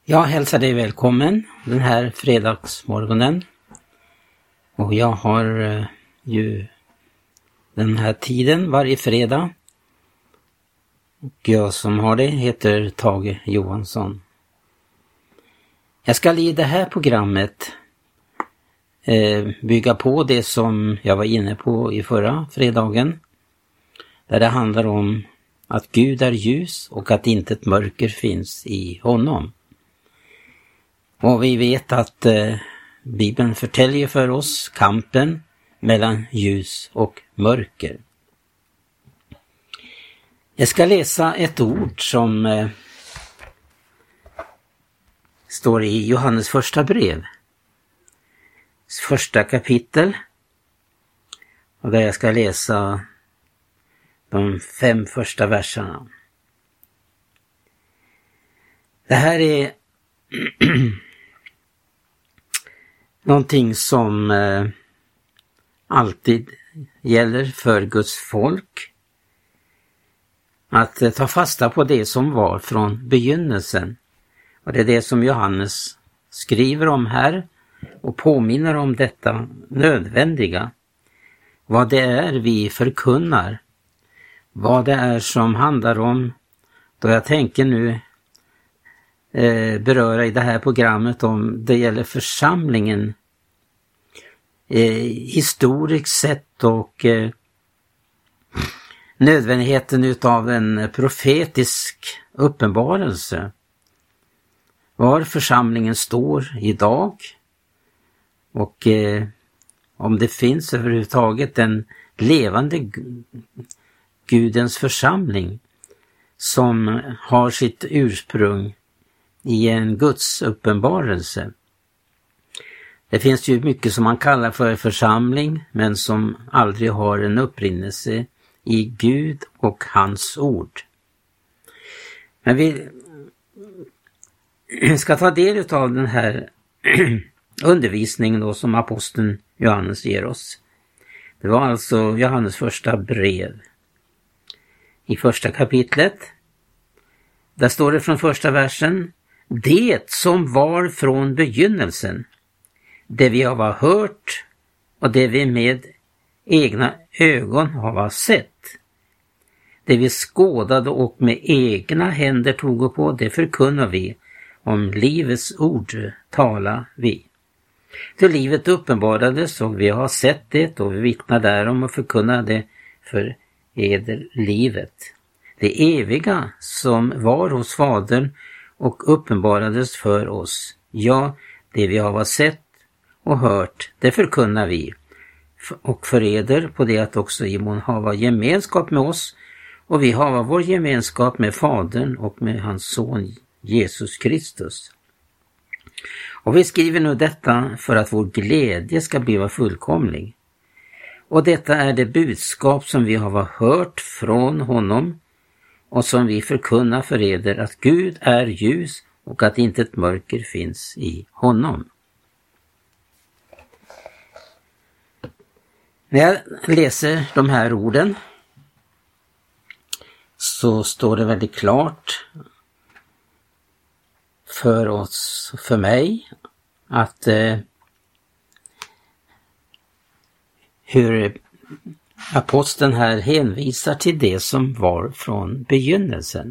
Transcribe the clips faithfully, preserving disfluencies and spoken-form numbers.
Jag hälsar dig välkommen den här fredagsmorgonen. Och jag har eh, ju den här tiden varje fredag. Och jag som har det heter Tage Johansson. Jag ska i det här programmet eh, bygga på det som jag var inne på i förra fredagen. Där det handlar om att Gud är ljus och att inte ett mörker finns i honom. Och vi vet att eh, Bibeln förtäljer för oss kampen mellan ljus och mörker. Jag ska läsa ett ord som eh, står i Johannes första brev. Första kapitel. Och där jag ska läsa de fem första verserna. Det här är någonting som eh, alltid gäller för Guds folk. Att eh, ta fasta på det som var från begynnelsen. Och det är det som Johannes skriver om här och påminner om detta nödvändiga. Vad det är vi förkunnar. Vad det är som handlar om, då jag tänker nu eh, beröra i det här programmet om det gäller församlingen eh, historiskt sett och eh, nödvändigheten utav en profetisk uppenbarelse. Var församlingen står idag och eh, om det finns överhuvudtaget en levande Gudens församling som har sitt ursprung i en Guds uppenbarelse. Det finns ju mycket som man kallar för församling men som aldrig har en upprinnelse i Gud och hans ord. Men vi ska ta del av den här undervisningen då som aposteln Johannes ger oss. Det var alltså Johannes första brev. I första kapitlet, där står det från första versen: det som var från begynnelsen, det vi har hört och det vi med egna ögon har sett. Det vi skådade och med egna händer tog på, det förkunnar vi, om livets ord talar vi. Då livet uppenbarades och vi har sett det och vi vittnar därom och förkunnar det för eder livet. Det eviga som var hos Fadern och uppenbarades för oss. Ja, det vi har sett och hört, det förkunnar vi. Och för eder på det att också I må hava gemenskap med oss och vi har vår gemenskap med Fadern och med hans son Jesus Kristus. Och vi skriver nu detta för att vår glädje ska bli fullkomlig. Och detta är det budskap som vi har hört från honom och som vi förkunnar för eder, att Gud är ljus och att inte ett mörker finns i honom. När jag läser de här orden så står det väldigt klart för oss, för mig, att eh, hur aposteln här hänvisar till det som var från begynnelsen.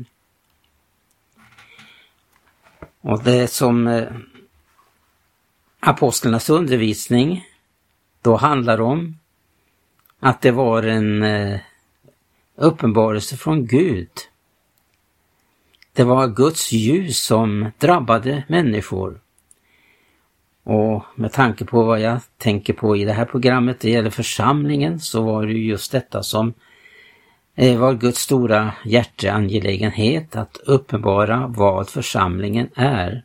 Och det som eh, apostlarnas undervisning då handlar om, att det var en eh, uppenbarelse från Gud. Det var Guds ljus som drabbade människor. Och med tanke på vad jag tänker på i det här programmet, det gäller församlingen, så var det just detta som eh, var Guds stora hjärteangelägenhet, att uppenbara vad församlingen är.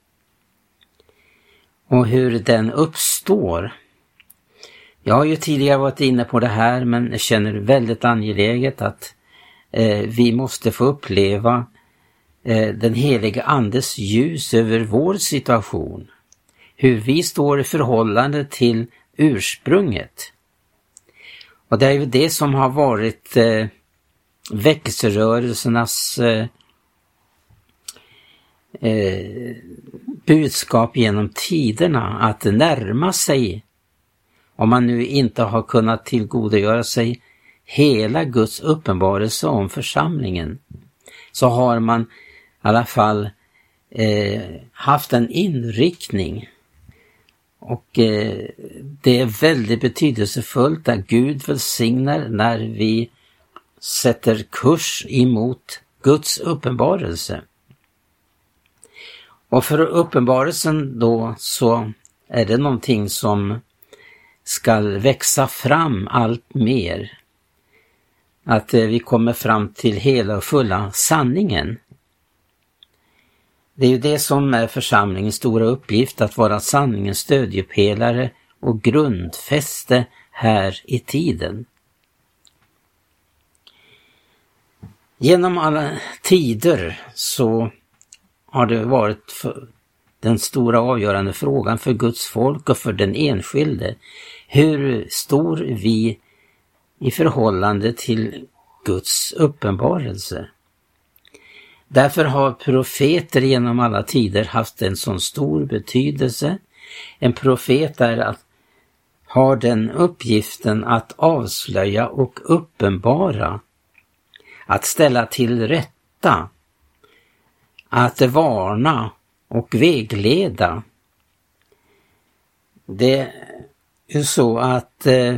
Och hur den uppstår. Jag har ju tidigare varit inne på det här, men jag känner väldigt angeläget att eh, vi måste få uppleva eh, den heliga andes ljus över vår situation. Hur vi står i förhållande till ursprunget. Och det är ju det som har varit eh, väckelserörelsernas eh, eh, budskap genom tiderna att närma sig, om man nu inte har kunnat tillgodogöra sig hela Guds uppenbarelse om församlingen, så har man i alla fall eh, haft en inriktning. Och eh, det är väldigt betydelsefullt att Gud välsignar när vi sätter kurs emot Guds uppenbarelse. Och för uppenbarelsen då så är det någonting som ska växa fram allt mer. Att eh, vi kommer fram till hela och fulla sanningen. Det är ju det som är församlingens stora uppgift, att vara sanningens stödjepelare och grundfäste här i tiden. Genom alla tider så har det varit för den stora avgörande frågan för Guds folk och för den enskilde. Hur stor vi i förhållande till Guds uppenbarelse. Därför har profeter genom alla tider haft en sån stor betydelse. En profet är att har den uppgiften att avslöja och uppenbara, att ställa till rätta, att varna och vägleda. Det är ju så att eh,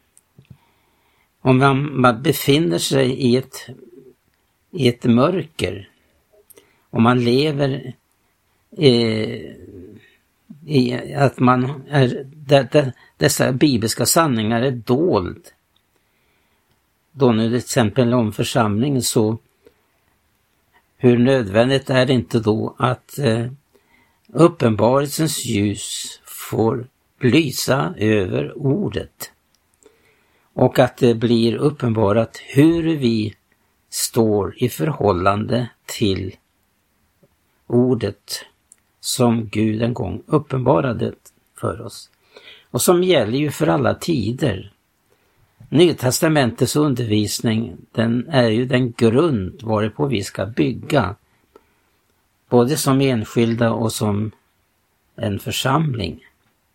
om man, man befinner sig i ett, i ett mörker, om man lever eh, i att man är, där, där, dessa bibliska sanningar är dold. Då nu till exempel om församlingen, så hur nödvändigt är det inte då att eh, uppenbarelsens ljus får lysa över ordet och att det blir uppenbarat hur vi står i förhållande till ordet som Gud en gång uppenbarade för oss och som gäller ju för alla tider. Nya testamentets undervisning, den är ju den grund varpå vi ska bygga, både som enskilda och som en församling.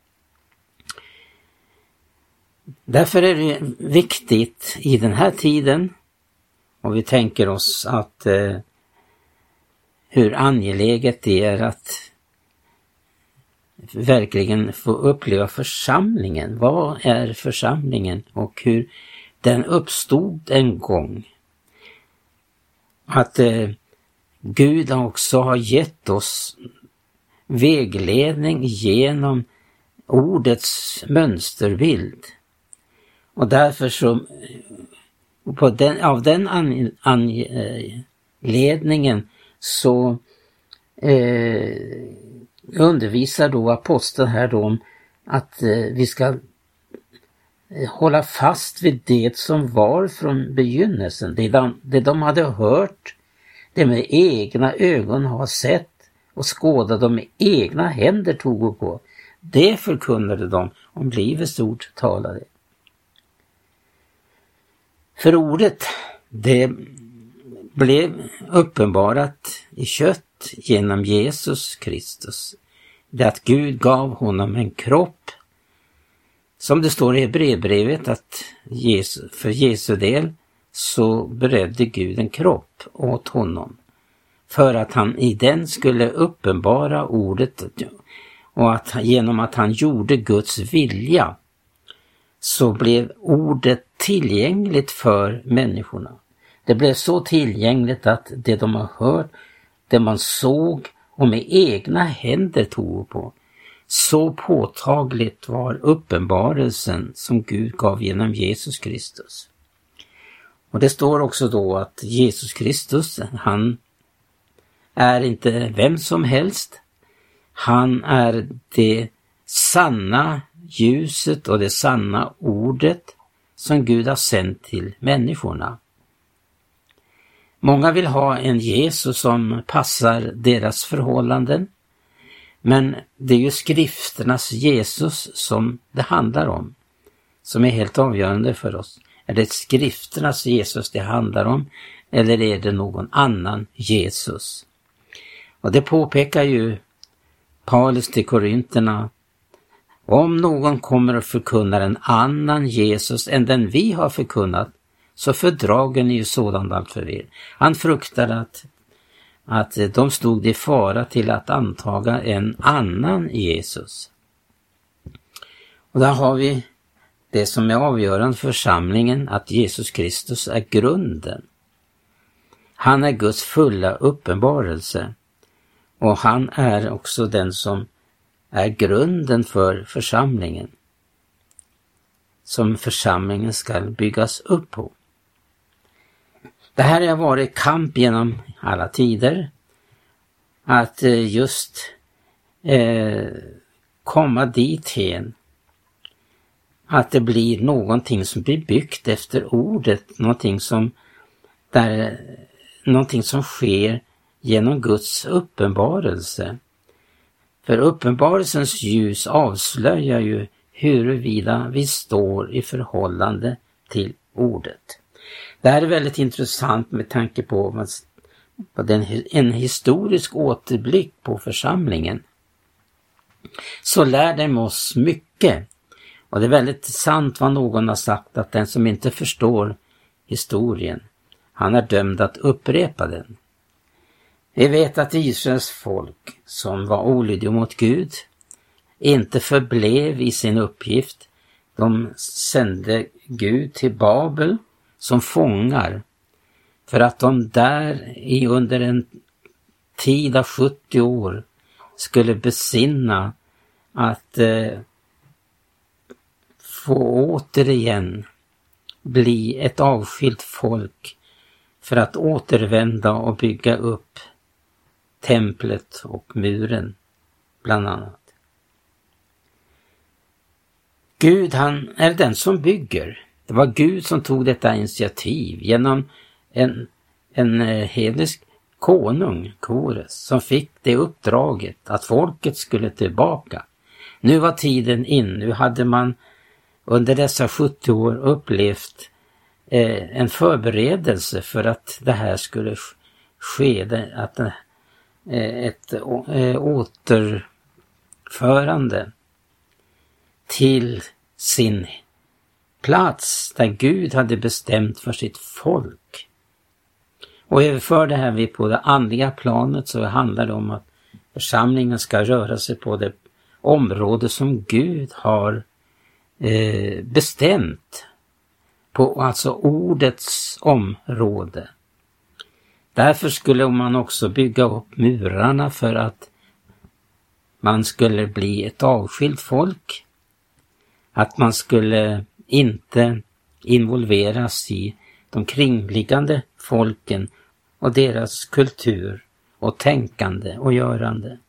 Därför är det viktigt i den här tiden, och vi tänker oss att eh, hur angeläget det är att verkligen få uppleva församlingen. Vad är församlingen och hur den uppstod en gång? Att eh, Gud också har gett oss vägledning genom ordets mönsterbild. Och därför så på den, av den anledningen så eh, undervisar då aposteln här då om att eh, vi ska hålla fast vid det som var från begynnelsen. Det de, det de hade hört, det med egna ögon har sett och skådat, de med egna händer tog på. Det förkunnade de om livets ord talade. För ordet, det blev uppenbarat i kött genom Jesus Kristus. Det att Gud gav honom en kropp, som det står i Hebreerbrevet att Jesus, för Jesu del så beredde Gud en kropp åt honom för att han i den skulle uppenbara ordet, och att genom att han gjorde Guds vilja så blev ordet tillgängligt för människorna. Det blev så tillgängligt att det de har hört, det man såg och med egna händer tog på, så påtagligt var uppenbarelsen som Gud gav genom Jesus Kristus. Och det står också då att Jesus Kristus, han är inte vem som helst. Han är det sanna ljuset och det sanna ordet som Gud har sänt till människorna. Många vill ha en Jesus som passar deras förhållanden, men det är ju skrifternas Jesus som det handlar om, som är helt avgörande för oss. Är det skrifternas Jesus det handlar om, eller är det någon annan Jesus? Och det påpekar ju Paulus till korinterna: om någon kommer och förkunnar en annan Jesus än den vi har förkunnat, så fördrager ni ju sådant allt för er. Han fruktade att, att de stod i fara till att antaga en annan Jesus. Och där har vi det som är avgörande för församlingen, att Jesus Kristus är grunden. Han är Guds fulla uppenbarelse, och han är också den som är grunden för församlingen, som församlingen ska byggas upp på. Det här har varit kamp genom alla tider, att just eh, komma dithen att det blir någonting som blir byggt efter ordet, någonting som, där, någonting som sker genom Guds uppenbarelse. För uppenbarelsens ljus avslöjar ju huruvida vi står i förhållande till ordet. Det här är väldigt intressant med tanke på den, en historisk återblick på församlingen. Så lär den oss mycket. Och det är väldigt sant vad någon har sagt, att den som inte förstår historien, han är dömd att upprepa den. Vi vet att Israels folk, som var olydiga mot Gud, inte förblev i sin uppgift. De sände Gud till Babel som fångar, för att de där i under en tid av sjuttio år skulle besinna att eh, få återigen bli ett avskilt folk, för att återvända och bygga upp templet och muren bland annat. Gud, han är den som bygger. Det var Gud som tog detta initiativ genom en, en hednisk konung, Kores, som fick det uppdraget att folket skulle tillbaka. Nu var tiden in, nu hade man under dessa sjuttio år upplevt eh, en förberedelse för att det här skulle ske, att eh, ett eh, återförande till sin plats där Gud hade bestämt för sitt folk. Och överför det här vi på det andliga planet, så handlar det om att församlingen ska röra sig på det område som Gud har eh, bestämt på, alltså ordets område. Därför skulle man också bygga upp murarna, för att man skulle bli ett avskilt folk, att man skulle inte involveras i de kringliggande folken och deras kultur och tänkande och görande.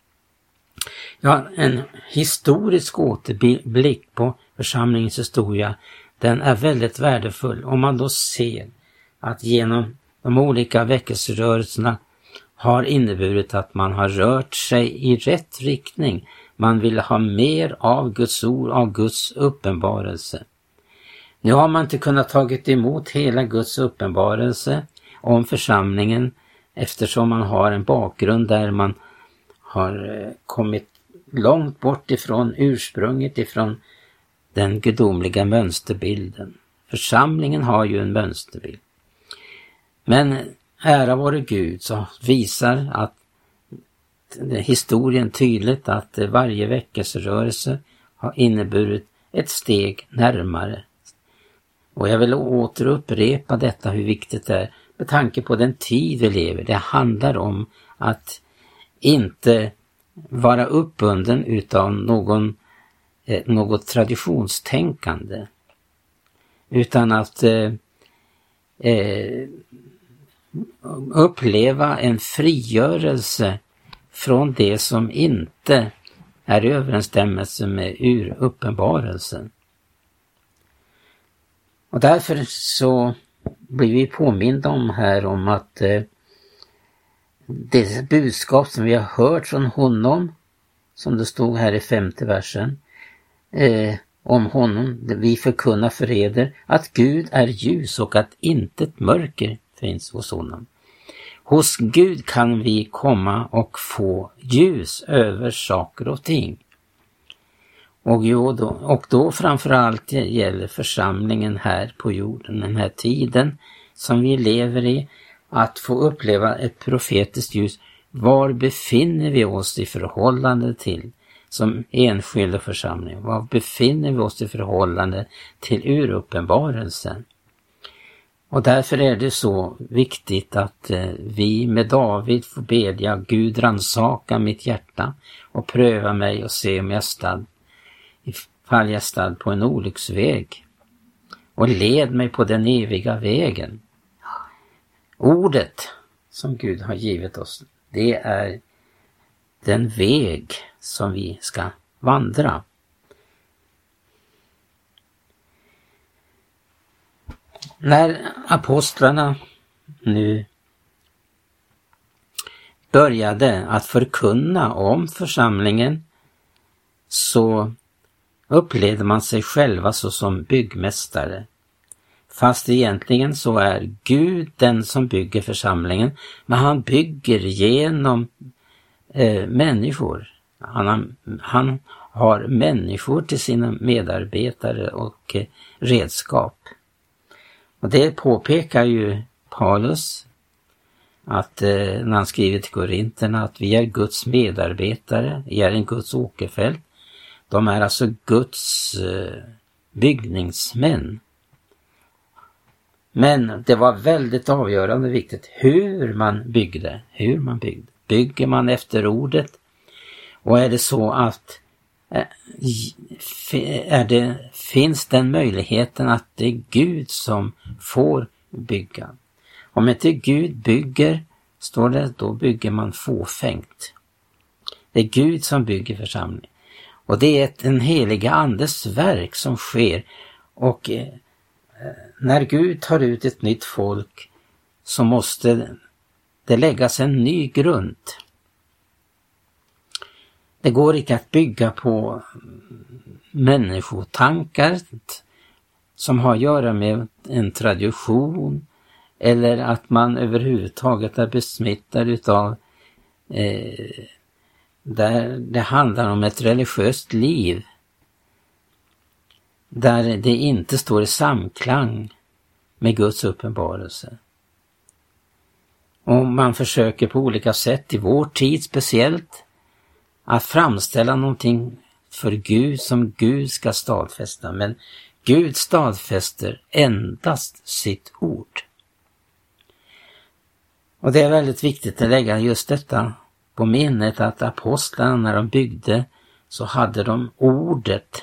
Ja, en historisk återblick på församlingens historia, den är väldigt värdefull om man då ser att genom de olika väckelserörelserna har inneburit att man har rört sig i rätt riktning. Man vill ha mer av Guds ord, av Guds uppenbarelse. Nu har man inte kunnat tagit emot hela Guds uppenbarelse om församlingen, eftersom man har en bakgrund där man har kommit långt bort ifrån ursprunget, ifrån den gudomliga mönsterbilden. Församlingen har ju en mönsterbild. Men ära vare Gud, så visar att historien tydligt att varje väckelserörelse har inneburit ett steg närmare. Och jag vill återupprepa detta, hur viktigt det är med tanke på den tid vi lever. Det handlar om att inte vara uppbunden utav någon, eh, något traditionstänkande, utan att eh, eh, uppleva en frigörelse från det som inte är i överensstämmelse med ur uppenbarelsen. Och därför så blir vi påminda om här om att eh, det budskap som vi har hört från honom, som det stod här i femte versen, eh, om honom, vi förkunnar för eder att Gud är ljus och att intet mörker finns hos honom. Hos Gud kan vi komma och få ljus över saker och ting. Och, jo, då, och då framförallt gäller församlingen här på jorden, den här tiden som vi lever i, att få uppleva ett profetiskt ljus. Var befinner vi oss i förhållande till som enskilda församling? Var befinner vi oss i förhållande till uruppenbarelsen? Och därför är det så viktigt att eh, vi med David får bedja: Gud, rannsaka mitt hjärta och pröva mig och se om jag stad, ifall jag stad på en olycksväg, och led mig på den eviga vägen. Ordet som Gud har givit oss, det är den väg som vi ska vandra. När apostlarna nu började att förkunna om församlingen, så upplevde man sig själva så som byggmästare. Fast egentligen så är Gud den som bygger församlingen, men han bygger genom eh, människor. Han har, han har människor till sina medarbetare och eh, redskap. Och det påpekar ju Paulus att eh, när han skriver till Korinterna att vi är Guds medarbetare, vi är en Guds åkerfält. De är alltså Guds eh, byggningsmän. Men det var väldigt avgörande viktigt hur man byggde, hur man byggde. Bygger man efter ordet? Och är det så att är det, finns den möjligheten att det är Gud som får bygga? Om inte Gud bygger, står det, då bygger man fåfängt. Det är Gud som bygger församlingen. Och det är en heliga andes verk som sker. Och eh, när Gud tar ut ett nytt folk, så måste det läggas en ny grund. Det går inte att bygga på människotankar som har att göra med en tradition, eller att man överhuvudtaget är besmittad utav eh, där det handlar om ett religiöst liv där det inte står i samklang med Guds uppenbarelse. Och man försöker på olika sätt i vår tid speciellt att framställa någonting för Gud som Gud ska stadfästa. Men Gud stadfäster endast sitt ord. Och det är väldigt viktigt att lägga just detta på minnet, att apostlarna när de byggde, så hade de ordet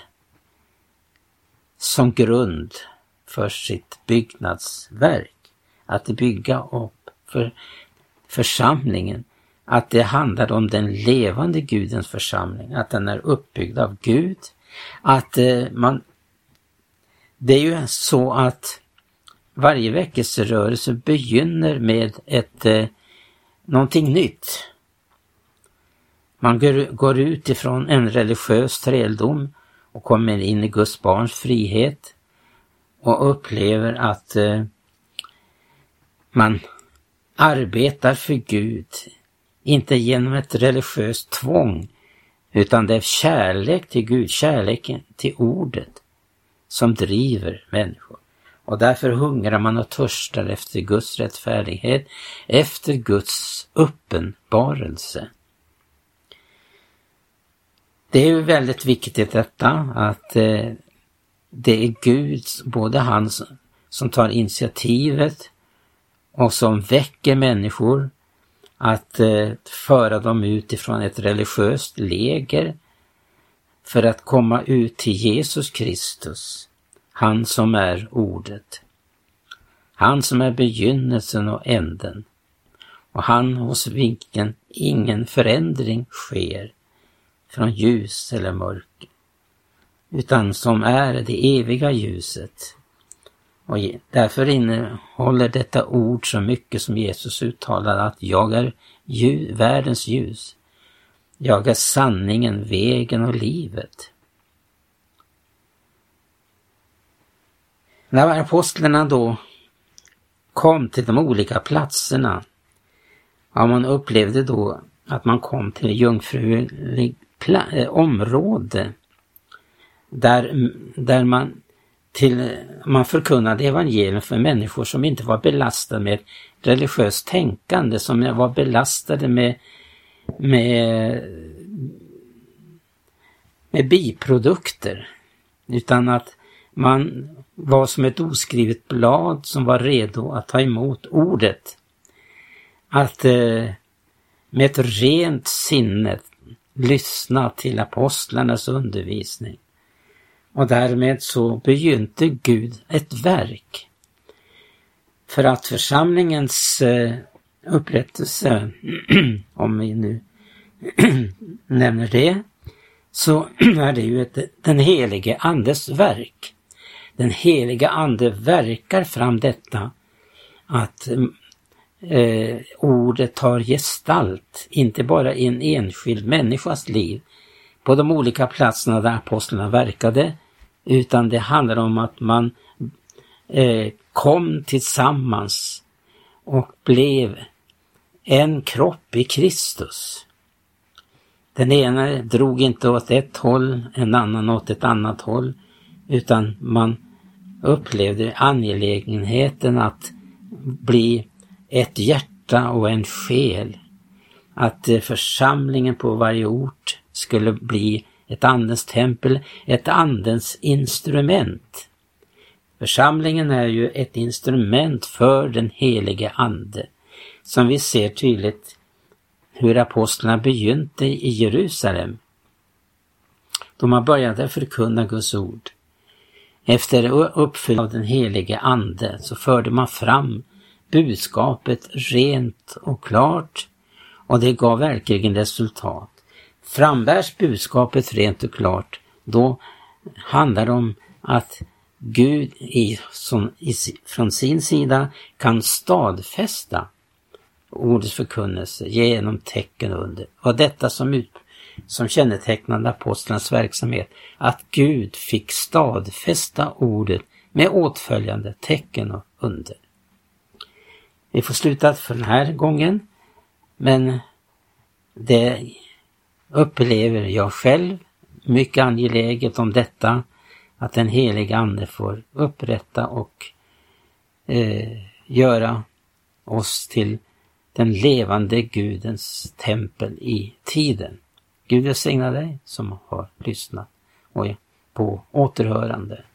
som grund för sitt byggnadsverk. Att bygga upp för församlingen. Att det handlar om den levande Gudens församling. Att den är uppbyggd av Gud. Att eh, man... Det är ju så att varje väckelserörelse begynner med ett eh, någonting nytt. Man går, går ut ifrån en religiös träldom och kommer in i Guds barns frihet och upplever att eh, man arbetar för Gud, inte genom ett religiöst tvång, utan det är kärlek till Gud, kärleken till ordet som driver människor. Och därför hungrar man och törstar efter Guds rättfärdighet, efter Guds uppenbarelse. Det är ju väldigt viktigt detta, att eh, det är Gud, både han som tar initiativet och som väcker människor, att eh, föra dem utifrån ett religiöst läger för att komma ut till Jesus Kristus, han som är ordet, han som är begynnelsen och änden, och han hos vilken ingen förändring sker från ljus eller mörker, utan som är det eviga ljuset. Och därför innehåller detta ord så mycket som Jesus uttalade, att jag är ljus, världens ljus. Jag är sanningen, vägen och livet. När apostlarna då kom till de olika platserna Ja, man upplevde då att man kom till ett jungfruligt pla- område där, där man, till, man förkunnade evangelium för människor som inte var belastade med religiöst tänkande, som var belastade med, med, med biprodukter, utan att man var som ett oskrivet blad som var redo att ta emot ordet. Att eh, med ett rent sinne lyssna till apostlarnas undervisning. Och därmed så begynte Gud ett verk. För att församlingens eh, upprättelse, om vi nu nämner det, så är det ju ett, den helige andes verk. Den helige ande verkar fram detta att eh, ordet tar gestalt, inte bara i en enskild människas liv på de olika platserna där apostlarna verkade, utan det handlar om att man eh, kom tillsammans och blev en kropp i Kristus. Den ena drog inte åt ett håll, en annan åt ett annat håll, utan man upplevde angelägenheten att bli ett hjärta och en själ. Att församlingen på varje ort skulle bli ett andens tempel, ett andens instrument. Församlingen är ju ett instrument för den helige ande, som vi ser tydligt hur apostlarna begynte i Jerusalem. Då man började förkunna Guds ord. Efter uppfyllande av den helige ande så förde man fram budskapet rent och klart, och det gav verkligen resultat. Frambärs budskapet rent och klart, då handlar det om att Gud i, som, i, från sin sida kan stadfästa ordets förkunnelse genom tecken under. Och detta som, ut, som kännetecknade apostlarnas verksamhet, att Gud fick stadfästa ordet med åtföljande tecken och under. Vi får sluta för den här gången, men det upplever jag själv mycket angeläget om detta, att den heliga ande får upprätta och eh, göra oss till den levande Gudens tempel i tiden. Gud välsigna dig som har lyssnat och på återhörande.